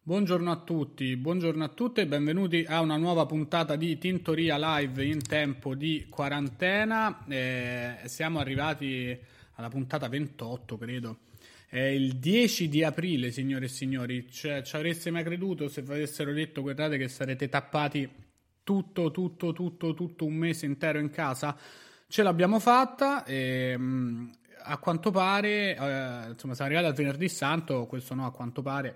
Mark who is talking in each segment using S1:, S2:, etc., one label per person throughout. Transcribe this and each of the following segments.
S1: Buongiorno a tutti, buongiorno a tutte e benvenuti a una nuova puntata di Tintoria Live in tempo di quarantena. Siamo arrivati alla puntata 28, credo. È il 10 di aprile, signore e signori. Ci avreste mai creduto se vi avessero detto, guardate, che sarete tappati tutto un mese intero in casa? Ce l'abbiamo fatta e a quanto pare, insomma, siamo arrivati al venerdì santo, questo no, a quanto pare.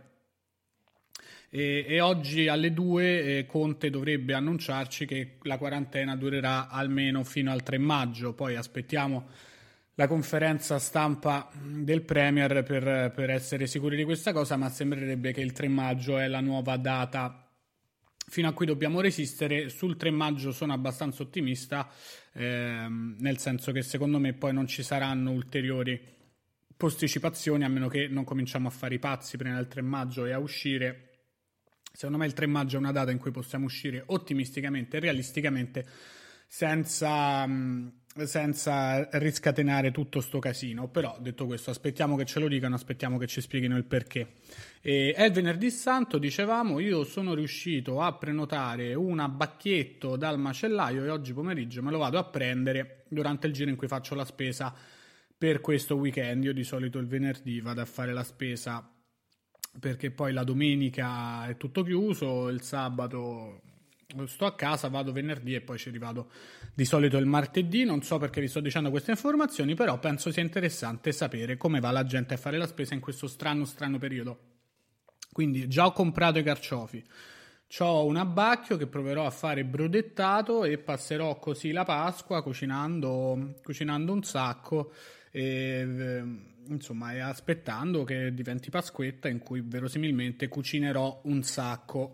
S1: E oggi alle 2 Conte dovrebbe annunciarci che la quarantena durerà almeno fino al 3 maggio. Poi aspettiamo la conferenza stampa del Premier per essere sicuri di questa cosa, ma sembrerebbe che il 3 maggio è la nuova data fino a cui dobbiamo resistere. Sul 3 maggio sono abbastanza ottimista, nel senso che secondo me poi non ci saranno ulteriori posticipazioni, a meno che non cominciamo a fare i pazzi prima del 3 maggio e a uscire. Secondo me il 3 maggio è una data in cui possiamo uscire ottimisticamente e realisticamente senza riscatenare tutto sto casino. Però, detto questo, aspettiamo che ce lo dicano, aspettiamo che ci spieghino il perché. È il venerdì santo, dicevamo, io sono riuscito a prenotare un abbacchietto dal macellaio e oggi pomeriggio me lo vado a prendere durante il giro in cui faccio la spesa per questo weekend. Io di solito il venerdì vado a fare la spesa perché poi la domenica è tutto chiuso, il sabato sto a casa, vado venerdì e poi ci rivado di solito il martedì. Non so perché vi sto dicendo queste informazioni, però penso sia interessante sapere come va la gente a fare la spesa in questo strano periodo. Quindi già ho comprato i carciofi, c'ho un abbacchio che proverò a fare brodettato e passerò così la Pasqua cucinando un sacco e insomma, e aspettando che diventi Pasquetta in cui verosimilmente cucinerò un sacco.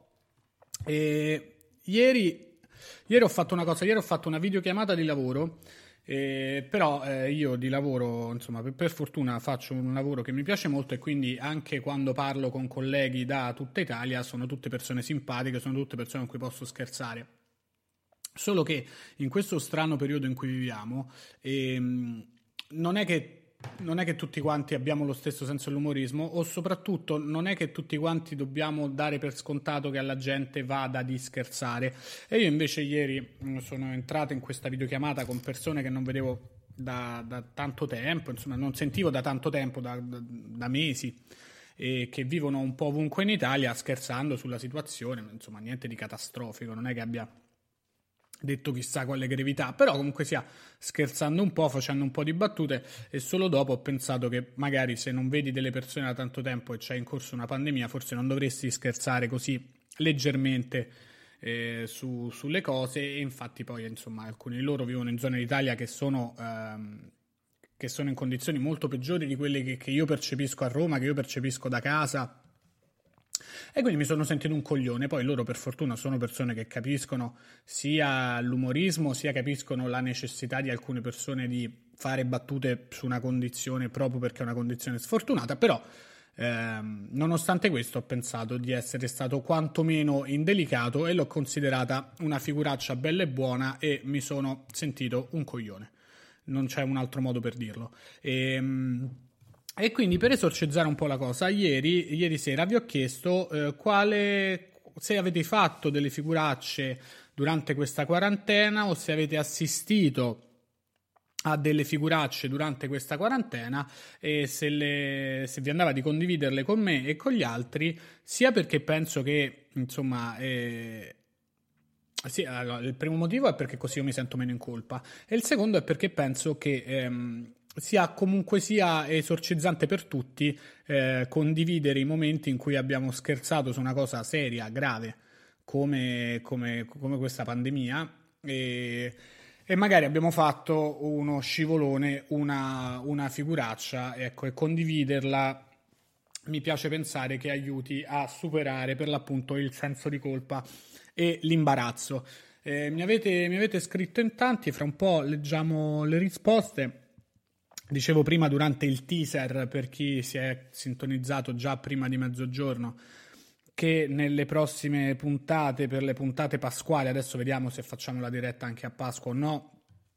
S1: Ieri ho fatto una cosa, ieri ho fatto una videochiamata di lavoro, però io di lavoro, insomma, per fortuna faccio un lavoro che mi piace molto e quindi anche quando parlo con colleghi da tutta Italia sono tutte persone simpatiche, sono tutte persone con cui posso scherzare. Solo che in questo strano periodo in cui viviamo, non è che tutti quanti abbiamo lo stesso senso dell'umorismo, o soprattutto non è che tutti quanti dobbiamo dare per scontato che alla gente vada di scherzare. E io invece ieri sono entrato in questa videochiamata con persone che non vedevo da tanto tempo, insomma non sentivo da tanto tempo, da mesi, e che vivono un po' ovunque in Italia, scherzando sulla situazione. Insomma, niente di catastrofico, non è che abbia detto chissà quale gravità, però comunque sia scherzando un po', facendo un po' di battute, e solo dopo ho pensato che magari se non vedi delle persone da tanto tempo e c'è in corso una pandemia, forse non dovresti scherzare così leggermente sulle cose. E infatti poi insomma alcuni di loro vivono in zone d'Italia che sono in condizioni molto peggiori di quelle che io percepisco a Roma, che io percepisco da casa, e quindi mi sono sentito un coglione. Poi loro per fortuna sono persone che capiscono sia l'umorismo, sia capiscono la necessità di alcune persone di fare battute su una condizione proprio perché è una condizione sfortunata. Però nonostante questo ho pensato di essere stato quantomeno indelicato e l'ho considerata una figuraccia bella e buona e mi sono sentito un coglione. Non c'è un altro modo per dirlo. E quindi per esorcizzare un po' la cosa, ieri sera vi ho chiesto se avete fatto delle figuracce durante questa quarantena o se avete assistito a delle figuracce durante questa quarantena, e se vi andava di condividerle con me e con gli altri, sia perché penso che, insomma, sì, allora, il primo motivo è perché così io mi sento meno in colpa, e il secondo è perché penso che sia comunque sia esorcizzante per tutti condividere i momenti in cui abbiamo scherzato su una cosa seria, grave, come questa pandemia, e magari abbiamo fatto uno scivolone, una figuraccia, ecco, e condividerla mi piace pensare che aiuti a superare per l'appunto il senso di colpa e l'imbarazzo. Mi avete scritto in tanti, fra un po' leggiamo le risposte. Dicevo prima durante il teaser, per chi si è sintonizzato già prima di mezzogiorno, che nelle prossime puntate, per le puntate pasquali, adesso vediamo se facciamo la diretta anche a Pasqua o no,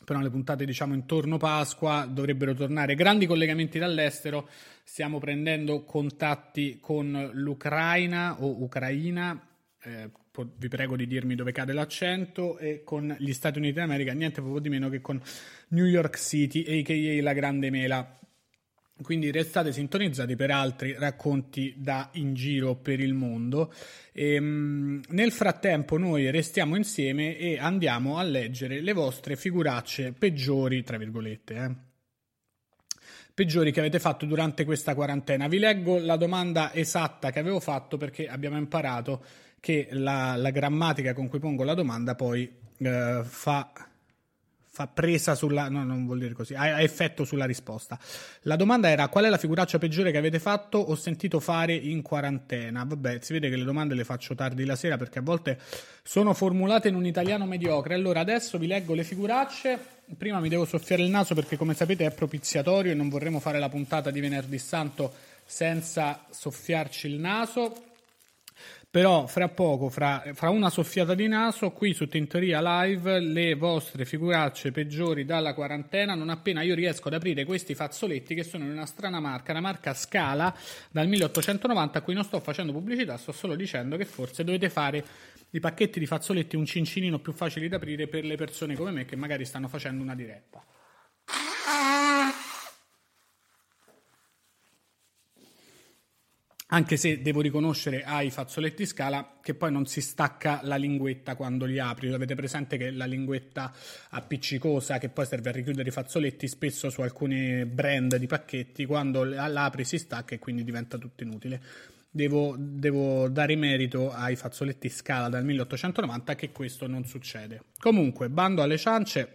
S1: però le puntate diciamo intorno Pasqua dovrebbero tornare grandi collegamenti dall'estero. Stiamo prendendo contatti con l'Ucraina o Ucraina, vi prego di dirmi dove cade l'accento, e con gli Stati Uniti d'America, niente proprio di meno che con New York City, a.k.a. la Grande Mela. Quindi restate sintonizzati per altri racconti da in giro per il mondo. Nel frattempo noi restiamo insieme e andiamo a leggere le vostre figuracce peggiori, tra virgolette, peggiori che avete fatto durante questa quarantena. Vi leggo la domanda esatta che avevo fatto, perché abbiamo imparato che la grammatica con cui pongo la domanda poi fa presa sulla... no, non vuol dire così, ha effetto sulla risposta. La domanda era: qual è la figuraccia peggiore che avete fatto o sentito fare in quarantena? Vabbè, si vede che le domande le faccio tardi la sera, perché a volte sono formulate in un italiano mediocre. Allora, adesso vi leggo le figuracce. Prima mi devo soffiare il naso, perché come sapete è propiziatorio e non vorremmo fare la puntata di Venerdì Santo senza soffiarci il naso. Però fra poco, fra una soffiata di naso, qui su Tintoria Live, le vostre figuracce peggiori dalla quarantena, non appena io riesco ad aprire questi fazzoletti, che sono in una strana marca, la marca Scala, dal 1890, a cui non sto facendo pubblicità, sto solo dicendo che forse dovete fare i pacchetti di fazzoletti un cincinino più facili da aprire per le persone come me che magari stanno facendo una diretta. Anche se devo riconoscere ai fazzoletti Scala che poi non si stacca la linguetta quando li apri. Avete presente che la linguetta appiccicosa che poi serve a richiudere i fazzoletti, spesso su alcuni brand di pacchetti, quando l'apri si stacca e quindi diventa tutto inutile. Devo dare merito ai fazzoletti Scala dal 1890 che questo non succede. Comunque, bando alle ciance.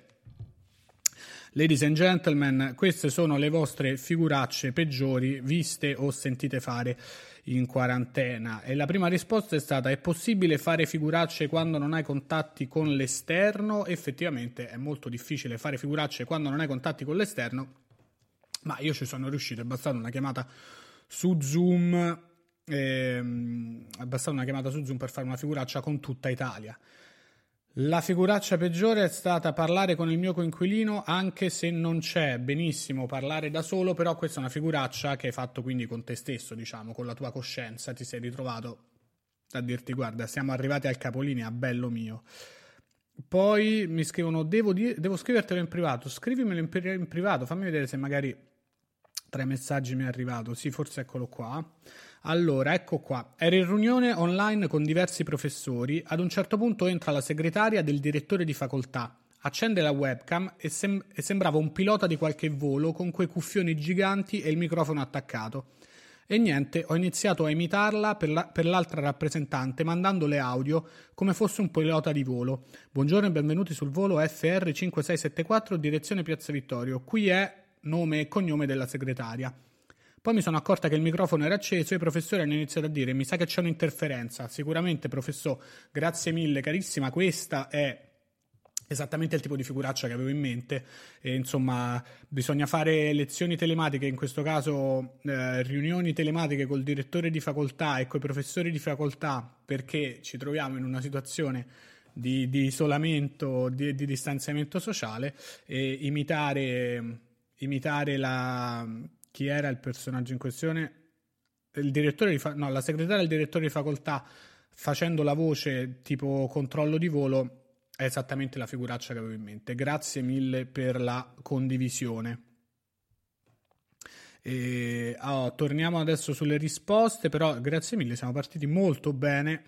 S1: Ladies and gentlemen, queste sono le vostre figuracce peggiori viste o sentite fare in quarantena. E la prima risposta è stata: è possibile fare figuracce quando non hai contatti con l'esterno? Effettivamente è molto difficile fare figuracce quando non hai contatti con l'esterno, ma io ci sono riuscito, è bastata una chiamata su Zoom, per fare una figuraccia con tutta Italia. La figuraccia peggiore è stata parlare con il mio coinquilino anche se non c'è. Benissimo parlare da solo, però questa è una figuraccia che hai fatto quindi con te stesso, diciamo, con la tua coscienza. Ti sei ritrovato a dirti: guarda, siamo arrivati al capolinea, bello mio. Poi mi scrivono: devo scrivertelo in privato. Scrivimelo in privato, fammi vedere se magari tra i messaggi mi è arrivato. Sì, forse eccolo qua. Allora, ecco qua. Ero in riunione online con diversi professori. Ad un certo punto entra la segretaria del direttore di facoltà, accende la webcam e sembrava un pilota di qualche volo con quei cuffioni giganti e il microfono attaccato. E niente, ho iniziato a imitarla per l'altra rappresentante, mandandole audio come fosse un pilota di volo. Buongiorno e benvenuti sul volo FR 5674, direzione Piazza Vittorio. Qui è nome e cognome della segretaria. Poi mi sono accorta che il microfono era acceso e i professori hanno iniziato a dire: mi sa che c'è un'interferenza. Sicuramente, professor, grazie mille carissima, questa è esattamente il tipo di figuraccia che avevo in mente. E, insomma, bisogna fare lezioni telematiche, in questo caso riunioni telematiche col direttore di facoltà e coi professori di facoltà, perché ci troviamo in una situazione di isolamento, di distanziamento sociale, e imitare chi era il personaggio in questione? Il direttore la segretaria del direttore di facoltà facendo la voce tipo controllo di volo è esattamente la figuraccia che avevo in mente. Grazie mille per la condivisione. Torniamo adesso sulle risposte, però grazie mille, siamo partiti molto bene.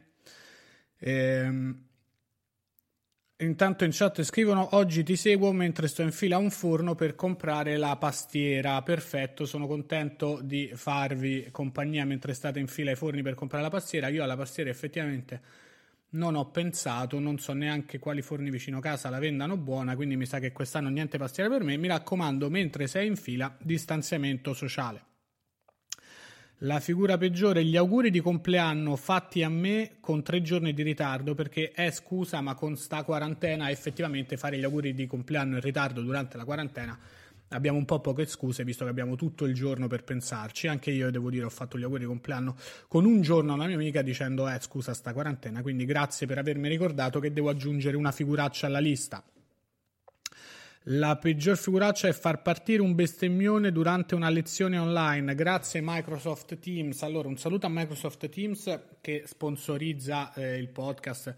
S1: Intanto in chat scrivono: oggi ti seguo mentre sto in fila a un forno per comprare la pastiera. Perfetto, sono contento di farvi compagnia mentre state in fila ai forni per comprare la pastiera. Io alla pastiera effettivamente non ho pensato, non so neanche quali forni vicino casa la vendano buona, quindi mi sa che quest'anno niente pastiera per me. Mi raccomando, mentre sei in fila, distanziamento sociale. La figura peggiore: gli auguri di compleanno fatti a me con 3 giorni di ritardo, perché scusa, ma con sta quarantena effettivamente fare gli auguri di compleanno in ritardo durante la quarantena abbiamo un po' poche scuse, visto che abbiamo tutto il giorno per pensarci. Anche io devo dire ho fatto gli auguri di compleanno con un giorno a una mia amica dicendo scusa sta quarantena, quindi grazie per avermi ricordato che devo aggiungere una figuraccia alla lista. La peggior figuraccia è far partire un bestemmione durante una lezione online. Grazie Microsoft Teams. Allora, un saluto a Microsoft Teams che sponsorizza il podcast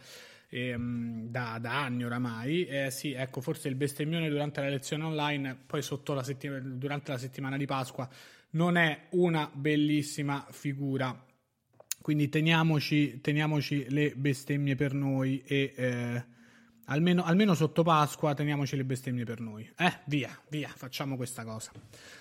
S1: da anni oramai. Sì, ecco, forse il bestemmione durante la lezione online, poi durante la settimana di Pasqua, non è una bellissima figura. Quindi teniamoci le bestemmie per noi e almeno sotto Pasqua teniamoci le bestemmie per noi. Via, facciamo questa cosa.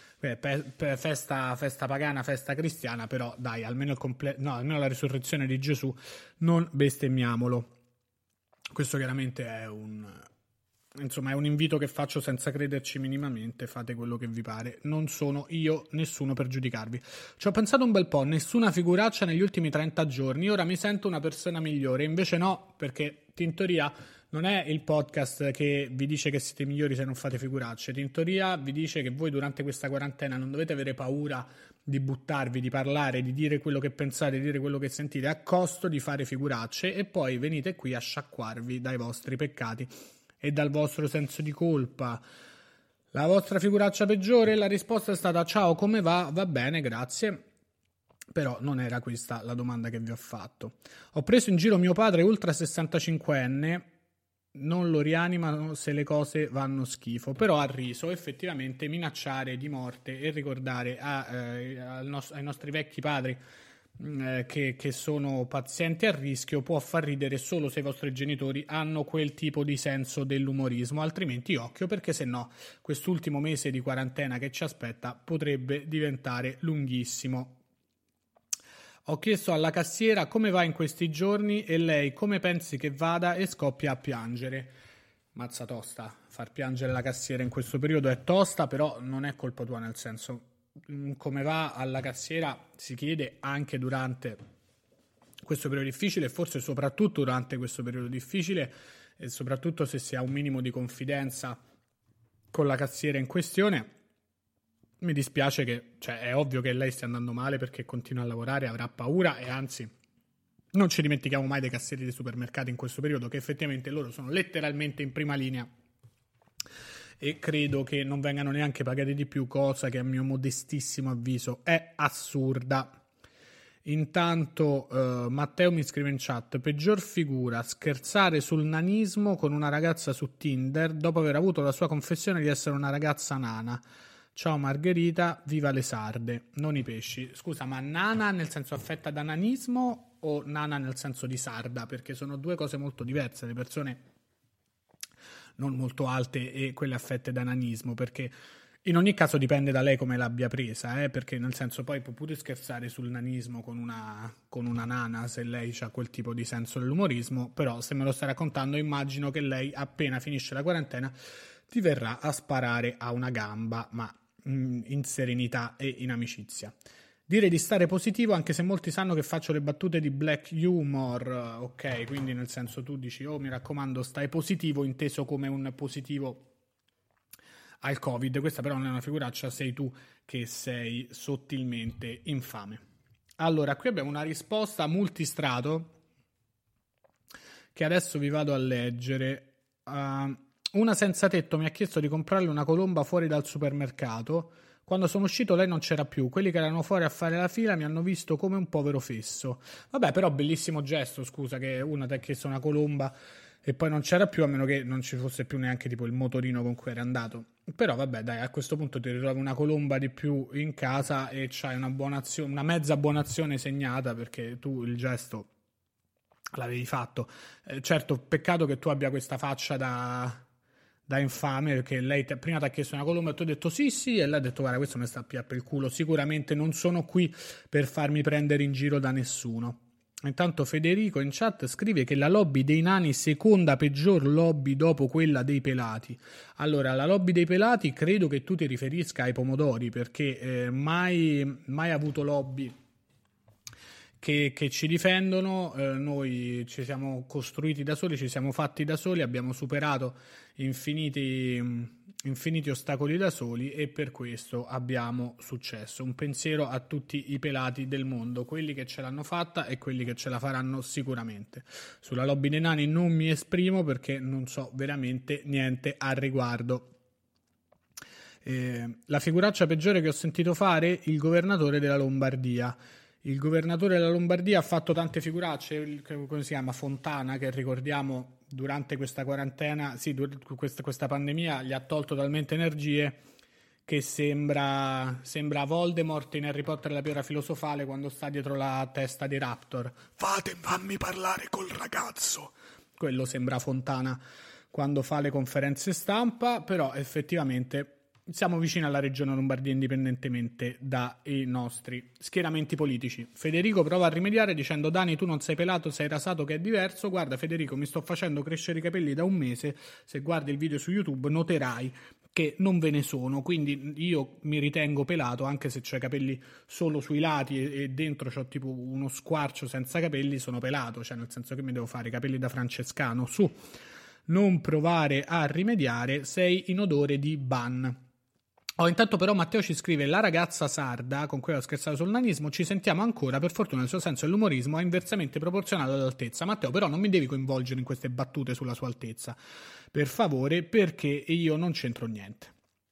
S1: Festa pagana, festa cristiana, però dai, almeno almeno la risurrezione di Gesù non bestemmiamolo. Questo chiaramente è un invito che faccio senza crederci minimamente. Fate quello che vi pare, non sono io nessuno per giudicarvi. Ci ho pensato un bel po', nessuna figuraccia negli ultimi 30 giorni, ora mi sento una persona migliore. Invece no, perché Tintoria non è il podcast che vi dice che siete migliori se non fate figuracce. Tintoria vi dice che voi durante questa quarantena non dovete avere paura di buttarvi, di parlare, di dire quello che pensate, di dire quello che sentite, a costo di fare figuracce, e poi venite qui a sciacquarvi dai vostri peccati e dal vostro senso di colpa. La vostra figuraccia peggiore? La risposta è stata: ciao, come va? Va bene, grazie. Però non era questa la domanda che vi ho fatto. Ho preso in giro mio padre ultra 65enne, non lo rianimano se le cose vanno schifo, però ha riso. Effettivamente minacciare di morte e ricordare ai nostri vecchi padri che sono pazienti a rischio può far ridere solo se i vostri genitori hanno quel tipo di senso dell'umorismo, altrimenti occhio, perché se no quest'ultimo mese di quarantena che ci aspetta potrebbe diventare lunghissimo. Ho chiesto alla cassiera come va in questi giorni e lei come pensi che vada e scoppia a piangere. Mazza tosta, far piangere la cassiera in questo periodo è tosta, però non è colpa tua, nel senso, come va alla cassiera si chiede anche durante questo periodo difficile, e forse soprattutto durante questo periodo difficile, e soprattutto se si ha un minimo di confidenza con la cassiera in questione. Mi dispiace che, è ovvio che lei stia andando male perché continua a lavorare, avrà paura, e anzi non ci dimentichiamo mai dei cassieri dei supermercati in questo periodo, che effettivamente loro sono letteralmente in prima linea e credo che non vengano neanche pagati di più, cosa che a mio modestissimo avviso è assurda. Intanto Matteo mi scrive in chat: peggior figura, scherzare sul nanismo con una ragazza su Tinder dopo aver avuto la sua confessione di essere una ragazza nana. Ciao Margherita, viva le sarde, non i pesci. Scusa, ma nana nel senso affetta da nanismo o nana nel senso di sarda? Perché sono due cose molto diverse, le persone non molto alte e quelle affette da nanismo, perché in ogni caso dipende da lei come l'abbia presa, perché nel senso poi può pure scherzare sul nanismo con una nana se lei ha quel tipo di senso dell'umorismo, però se me lo stai raccontando immagino che lei appena finisce la quarantena ti verrà a sparare a una gamba, ma in serenità e in amicizia. Dire di stare positivo anche se molti sanno che faccio le battute di black humor, ok, quindi nel senso tu dici mi raccomando stai positivo inteso come un positivo al Covid. Questa però non è una figuraccia, sei tu che sei sottilmente infame. Allora, qui abbiamo una risposta multistrato che adesso vi vado a leggere. Una senza tetto mi ha chiesto di comprarle una colomba fuori dal supermercato. Quando sono uscito lei non c'era più. Quelli che erano fuori a fare la fila mi hanno visto come un povero fesso. Vabbè, però bellissimo gesto, scusa, che una ti ha chiesto una colomba e poi non c'era più, a meno che non ci fosse più neanche tipo il motorino con cui era andato. Però vabbè, dai, a questo punto ti ritrovi una colomba di più in casa e c'hai una buona azione, una mezza buona azione segnata, perché tu il gesto l'avevi fatto. Certo, peccato che tu abbia questa faccia da infame, perché lei prima ti ha chiesto una colomba e tu hai detto sì, e lei ha detto guarda, questo mi sta più per il culo, sicuramente non sono qui per farmi prendere in giro da nessuno. Intanto Federico in chat scrive che la lobby dei nani seconda peggior lobby dopo quella dei pelati. Allora, la lobby dei pelati credo che tu ti riferisca ai pomodori, perché mai avuto lobby che ci difendono. Noi ci siamo costruiti da soli, ci siamo fatti da soli, abbiamo superato infiniti ostacoli da soli e per questo abbiamo successo. Un pensiero a tutti i pelati del mondo, quelli che ce l'hanno fatta e quelli che ce la faranno sicuramente. Sulla lobby dei nani non mi esprimo perché non so veramente niente al riguardo. La figuraccia peggiore che ho sentito fare, il governatore della Lombardia. Il governatore della Lombardia ha fatto tante figuracce, come si chiama? Fontana, che ricordiamo durante questa quarantena, sì, questa pandemia, gli ha tolto talmente energie che sembra Voldemort in Harry Potter e la pietra filosofale quando sta dietro la testa dei Raptor. Fammi parlare col ragazzo. Quello sembra Fontana quando fa le conferenze stampa, però effettivamente siamo vicini alla regione Lombardia indipendentemente dai nostri schieramenti politici. Federico prova a rimediare dicendo: Dani, tu non sei pelato, sei rasato, che è diverso. Guarda Federico, mi sto facendo crescere i capelli da un mese, se guardi il video su YouTube noterai che non ve ne sono, quindi io mi ritengo pelato anche se ho i capelli solo sui lati e dentro c'ho tipo uno squarcio senza capelli, sono pelato, cioè nel senso che mi devo fare i capelli da francescano. Su, non provare a rimediare, sei in odore di ban. Intanto però Matteo ci scrive: la ragazza sarda con cui ho scherzato sul nanismo, ci sentiamo ancora, per fortuna il suo senso dell'umorismo è inversamente proporzionale all'altezza. Matteo, però non mi devi coinvolgere in queste battute sulla sua altezza, per favore, perché io non c'entro niente.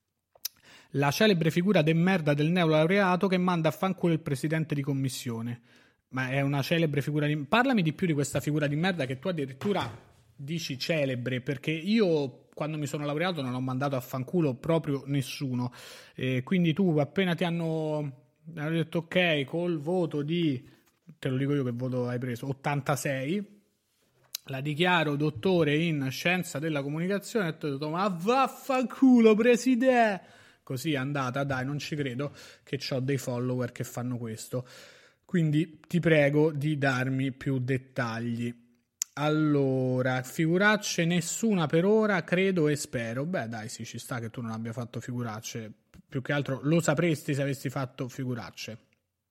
S1: La celebre figura de merda del neolaureato che manda a fanculo il presidente di commissione. Ma è una celebre figura di... Parlami di più di questa figura di merda che tu addirittura dici celebre, perché io quando mi sono laureato non ho mandato a fanculo proprio nessuno, quindi tu appena ti hanno detto ok col voto di, te lo dico io che voto hai preso, 86, la dichiaro dottore in scienza della comunicazione, e ti ho detto ma vaffanculo presidente, così è andata, dai, non ci credo che ho dei follower che fanno questo, quindi ti prego di darmi più dettagli. Allora, figuracce nessuna per ora, credo e spero. Beh, dai, sì, ci sta che tu non abbia fatto figuracce. Più che altro lo sapresti se avessi fatto figuracce.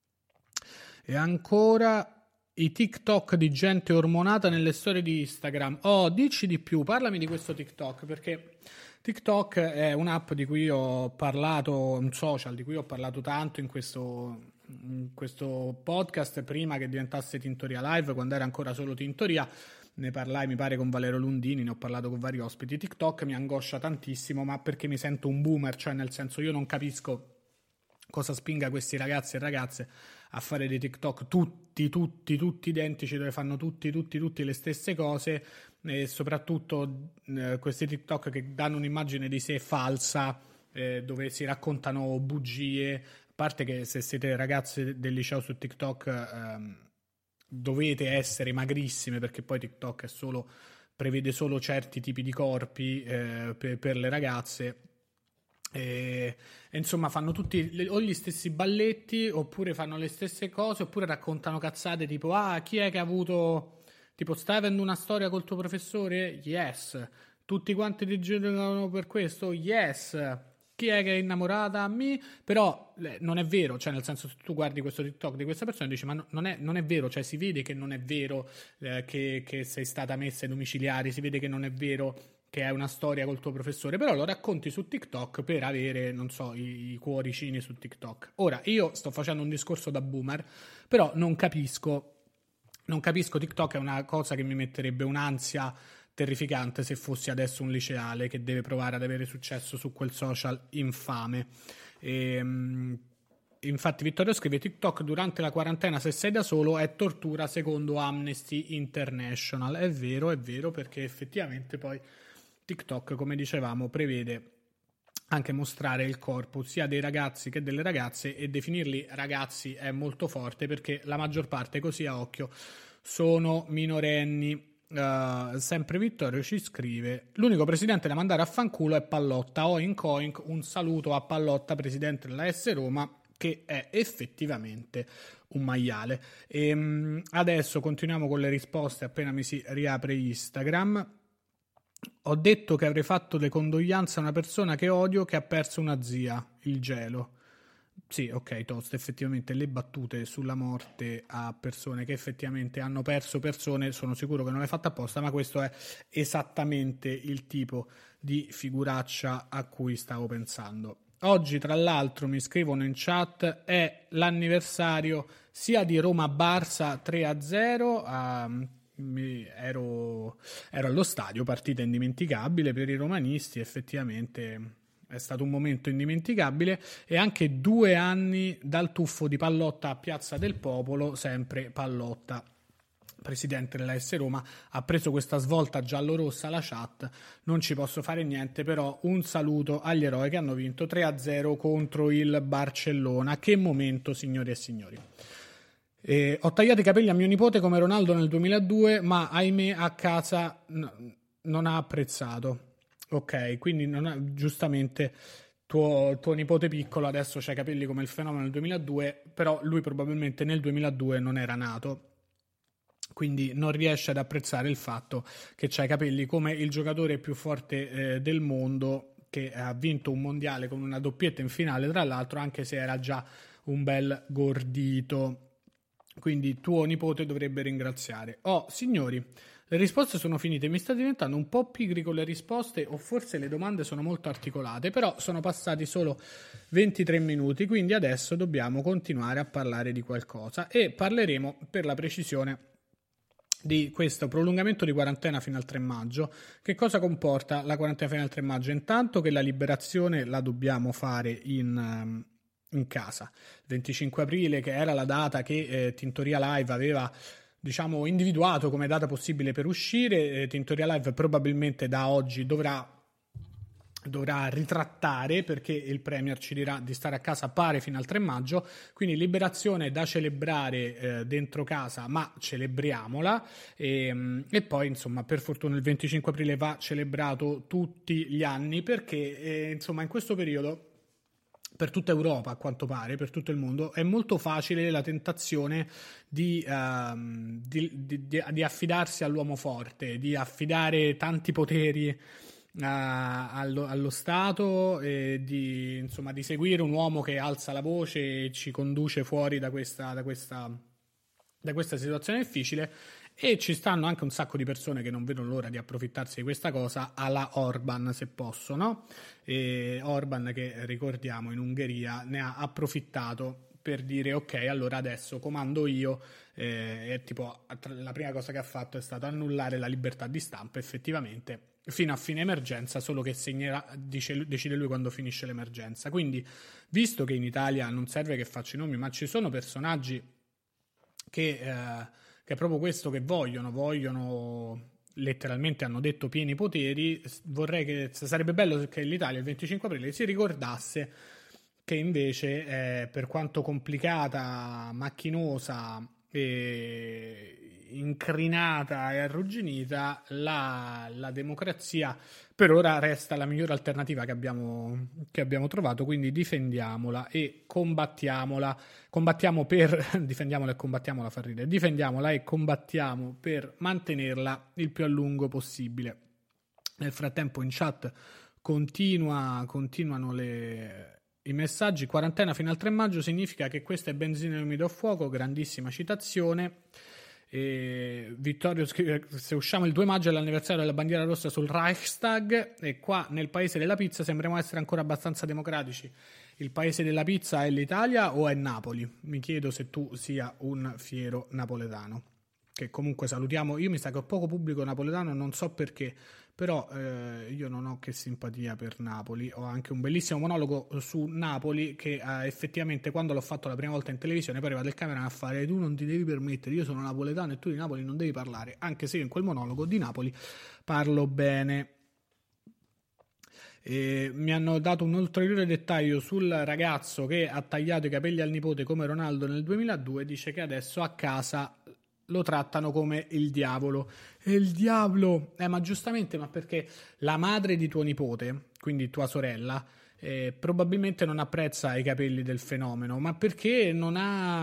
S1: E ancora i TikTok di gente ormonata nelle storie di Instagram. Oh, dici di più, parlami di questo TikTok, perché TikTok è un'app di cui ho parlato, un social di cui ho parlato tanto in questo podcast, prima che diventasse Tintoria Live, quando era ancora solo Tintoria. Ne parlai, mi pare, con Valerio Lundini, ne ho parlato con vari ospiti. TikTok mi angoscia tantissimo, ma perché mi sento un boomer, cioè nel senso io non capisco cosa spinga questi ragazzi e ragazze a fare dei TikTok tutti identici, dove fanno tutti le stesse cose, e soprattutto questi TikTok che danno un'immagine di sé falsa, dove si raccontano bugie. A parte che se siete ragazze del liceo su TikTok dovete essere magrissime, perché poi TikTok prevede solo certi tipi di corpi per le ragazze. E insomma fanno tutti o gli stessi balletti, oppure fanno le stesse cose, oppure raccontano cazzate tipo chi è che ha avuto, tipo stai avendo una storia col tuo professore? Yes. Tutti quanti ti giudicano per questo? Yes. Chi è che è innamorata? Me? Però non è vero, cioè nel senso, se tu guardi questo TikTok di questa persona e dici ma non è vero, cioè si vede che non è vero che sei stata messa ai domiciliari, si vede che non è vero che è una storia col tuo professore, però lo racconti su TikTok per avere, non so, i cuoricini su TikTok. Ora, io sto facendo un discorso da boomer, però non capisco TikTok, è una cosa che mi metterebbe un'ansia terrificante se fossi adesso un liceale che deve provare ad avere successo su quel social infame. Infatti Vittorio scrive: TikTok durante la quarantena, se sei da solo, è tortura secondo Amnesty International. È vero, perché effettivamente poi TikTok, come dicevamo, prevede anche mostrare il corpo sia dei ragazzi che delle ragazze, e definirli ragazzi è molto forte perché la maggior parte, così a occhio, sono minorenni. Sempre Vittorio ci scrive: l'unico presidente da mandare a fanculo è Pallotta. Oink oink, un saluto a Pallotta, presidente della S Roma, che è effettivamente un maiale. Adesso continuiamo con le risposte appena mi si riapre Instagram. Ho detto che avrei fatto le condoglianze a una persona che odio, che ha perso una zia, il gelo. Sì, ok, tosto, effettivamente le battute sulla morte a persone che effettivamente hanno perso persone, sono sicuro che non l'hai fatta apposta, ma questo è esattamente il tipo di figuraccia a cui stavo pensando. Oggi, tra l'altro, mi scrivono in chat, è l'anniversario sia di Roma-Barça 3-0, ero allo stadio, partita indimenticabile per i romanisti, effettivamente è stato un momento indimenticabile, e anche 2 anni dal tuffo di Pallotta a Piazza del Popolo, sempre Pallotta, presidente della S Roma. Ha preso questa svolta giallorossa la chat, non ci posso fare niente, però un saluto agli eroi che hanno vinto 3-0 contro il Barcellona. Che momento, signori e signori. Ho tagliato i capelli a mio nipote come Ronaldo nel 2002, ma ahimè a casa non ha apprezzato. Ok, quindi giustamente tuo nipote piccolo adesso c'ha i capelli come il fenomeno nel 2002, però lui probabilmente nel 2002 non era nato, quindi non riesce ad apprezzare il fatto che c'ha i capelli come il giocatore più forte del mondo, che ha vinto un mondiale con una doppietta in finale, tra l'altro, anche se era già un bel gordito. Quindi tuo nipote dovrebbe ringraziare. Signori, le risposte sono finite, mi sta diventando un po' pigri con le risposte, o forse le domande sono molto articolate, però sono passati solo 23 minuti, quindi adesso dobbiamo continuare a parlare di qualcosa, e parleremo, per la precisione, di questo prolungamento di quarantena fino al 3 maggio. Che cosa comporta la quarantena fino al 3 maggio? Intanto che la liberazione la dobbiamo fare in casa. Il 25 aprile, che era la data che Tintoria Live aveva, diciamo, individuato come data possibile per uscire, Tintoria Live probabilmente da oggi dovrà ritrattare, perché il Premier ci dirà di stare a casa pare fino al 3 maggio, quindi liberazione da celebrare dentro casa, ma celebriamola, e poi insomma per fortuna il 25 aprile va celebrato tutti gli anni, perché insomma in questo periodo per tutta Europa, a quanto pare, per tutto il mondo, è molto facile la tentazione di affidarsi all'uomo forte, di affidare tanti poteri allo Stato, e di seguire un uomo che alza la voce e ci conduce fuori da questa situazione difficile. E ci stanno anche un sacco di persone che non vedono l'ora di approfittarsi di questa cosa, alla Orban, se posso, no? E Orban, che ricordiamo in Ungheria, ne ha approfittato per dire ok, allora adesso comando io, e tipo la prima cosa che ha fatto è stato annullare la libertà di stampa, effettivamente, fino a fine emergenza, solo che decide lui quando finisce l'emergenza. Quindi, visto che in Italia non serve che faccio i nomi, ma ci sono personaggi che è proprio questo che vogliono, letteralmente hanno detto pieni poteri, vorrei che sarebbe bello che l'Italia il 25 aprile si ricordasse che invece, per quanto complicata, macchinosa e incrinata e arrugginita, la democrazia per ora resta la migliore alternativa che abbiamo trovato, quindi difendiamola e combattiamola e combattiamo per mantenerla il più a lungo possibile. Nel frattempo in chat continuano i messaggi. Quarantena fino al 3 maggio significa che questa è benzina in umido a fuoco, grandissima citazione. Vittorio scrive: se usciamo il 2 maggio è l'anniversario della bandiera rossa sul Reichstag, e qua nel paese della pizza sembriamo essere ancora abbastanza democratici. Il paese della pizza è l'Italia o è Napoli? Mi chiedo se tu sia un fiero napoletano, che comunque salutiamo. Io mi sa che ho poco pubblico napoletano, non so perché, però io non ho che simpatia per Napoli. Ho anche un bellissimo monologo su Napoli che effettivamente, quando l'ho fatto la prima volta in televisione, poi arriva del camera a fare: tu non ti devi permettere, io sono napoletano e tu di Napoli non devi parlare, anche se io in quel monologo di Napoli parlo bene. Mi hanno dato un ulteriore dettaglio sul ragazzo che ha tagliato i capelli al nipote come Ronaldo nel 2002. Dice che adesso a casa lo trattano come il diavolo. E il diavolo, ma giustamente, ma perché la madre di tuo nipote, quindi tua sorella, probabilmente non apprezza i capelli del fenomeno, ma perché non ha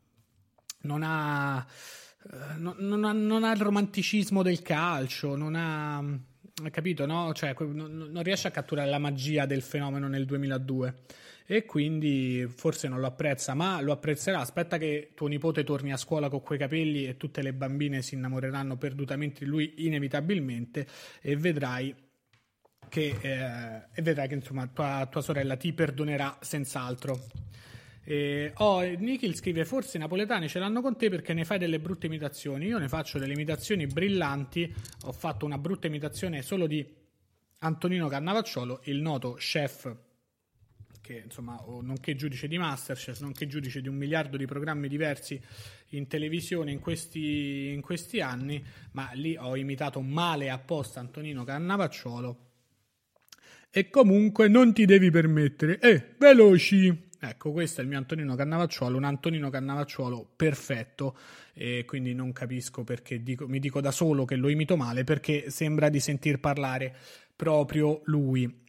S1: il romanticismo del calcio, non ha capito, no? Cioè, non riesce a catturare la magia del fenomeno nel 2002, e quindi forse non lo apprezza, ma lo apprezzerà. Aspetta che tuo nipote torni a scuola con quei capelli e tutte le bambine si innamoreranno perdutamente di lui inevitabilmente, e vedrai che insomma tua sorella ti perdonerà senz'altro. Nikhil scrive: forse i napoletani ce l'hanno con te perché ne fai delle brutte imitazioni. Io ne faccio delle imitazioni brillanti. Ho fatto una brutta imitazione solo di Antonino Cannavacciuolo, il noto chef che insomma, nonché giudice di Masterchef, nonché giudice di 1 miliardo di programmi diversi in televisione in questi anni, ma lì ho imitato male apposta Antonino Cannavacciuolo. E comunque non ti devi permettere, veloci! Ecco, questo è il mio Antonino Cannavacciuolo, un Antonino Cannavacciuolo perfetto, e quindi non capisco perché mi dico da solo che lo imito male, perché sembra di sentir parlare proprio lui.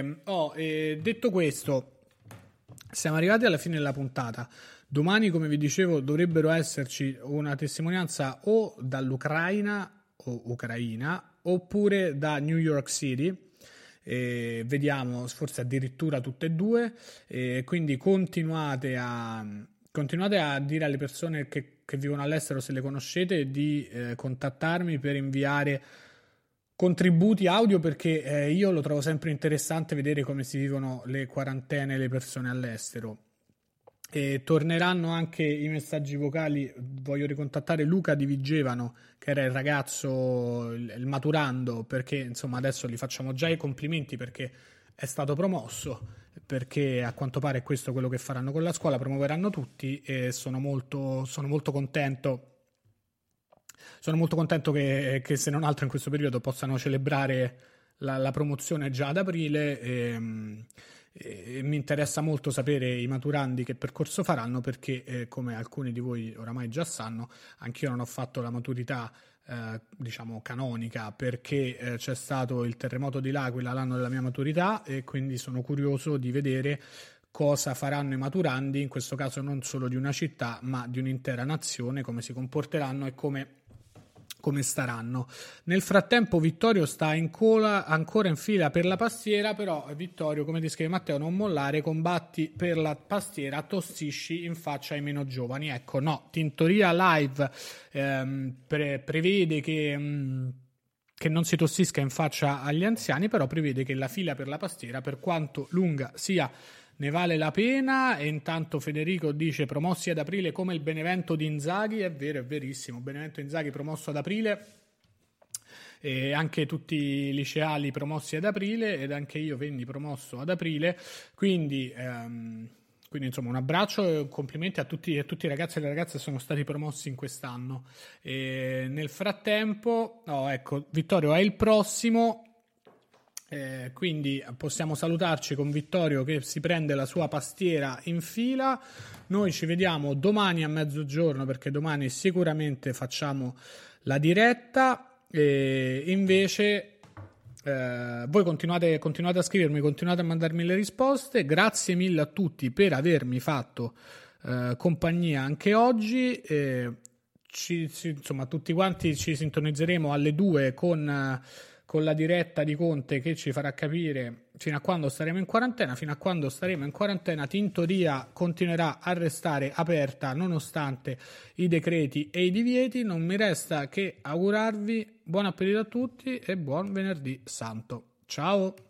S1: Detto questo, siamo arrivati alla fine della puntata. Domani, come vi dicevo, dovrebbero esserci una testimonianza o dall'Ucraina o Ucraina oppure da New York City. Vediamo, forse addirittura tutte e due. Quindi continuate a dire alle persone che vivono all'estero, se le conoscete, di contattarmi per inviare contributi audio, perché io lo trovo sempre interessante vedere come si vivono le quarantene le persone all'estero. E torneranno anche i messaggi vocali. Voglio ricontattare Luca di Vigevano, che era il ragazzo, il maturando, perché insomma adesso gli facciamo già i complimenti perché è stato promosso, perché a quanto pare è questo quello che faranno con la scuola, promuoveranno tutti, e sono molto contento. Sono molto contento che se non altro in questo periodo possano celebrare la promozione già ad aprile. E mi interessa molto sapere i maturandi che percorso faranno, perché come alcuni di voi oramai già sanno, anch'io non ho fatto la maturità diciamo canonica, perché c'è stato il terremoto di L'Aquila l'anno della mia maturità, e quindi sono curioso di vedere cosa faranno i maturandi, in questo caso non solo di una città ma di un'intera nazione, come si comporteranno e come staranno. Nel frattempo Vittorio sta ancora in fila per la pastiera, però Vittorio, come ti scrive Matteo, non mollare, combatti per la pastiera, tossisci in faccia ai meno giovani. Ecco, no, Tintoria Live prevede che non si tossisca in faccia agli anziani, però prevede che la fila per la pastiera, per quanto lunga sia, ne vale la pena. E intanto Federico dice promossi ad aprile come il Benevento di Inzaghi. È vero, è verissimo, Benevento Inzaghi promosso ad aprile, e anche tutti i liceali promossi ad aprile, ed anche io venni promosso ad aprile, quindi insomma un abbraccio e complimenti a tutti i ragazzi e le ragazze che sono stati promossi in quest'anno. E nel frattempo, ecco, Vittorio è il prossimo. Quindi possiamo salutarci con Vittorio che si prende la sua pastiera in fila. Noi ci vediamo domani a mezzogiorno, perché domani sicuramente facciamo la diretta, e invece voi continuate a scrivermi, continuate a mandarmi le risposte. Grazie mille a tutti per avermi fatto compagnia anche oggi. Insomma, tutti quanti ci sintonizzeremo alle 2 con la diretta di Conte, che ci farà capire fino a quando staremo in quarantena. Fino a quando staremo in quarantena, Tintoria continuerà a restare aperta nonostante i decreti e i divieti. Non mi resta che augurarvi buon appetito a tutti e buon venerdì santo. Ciao!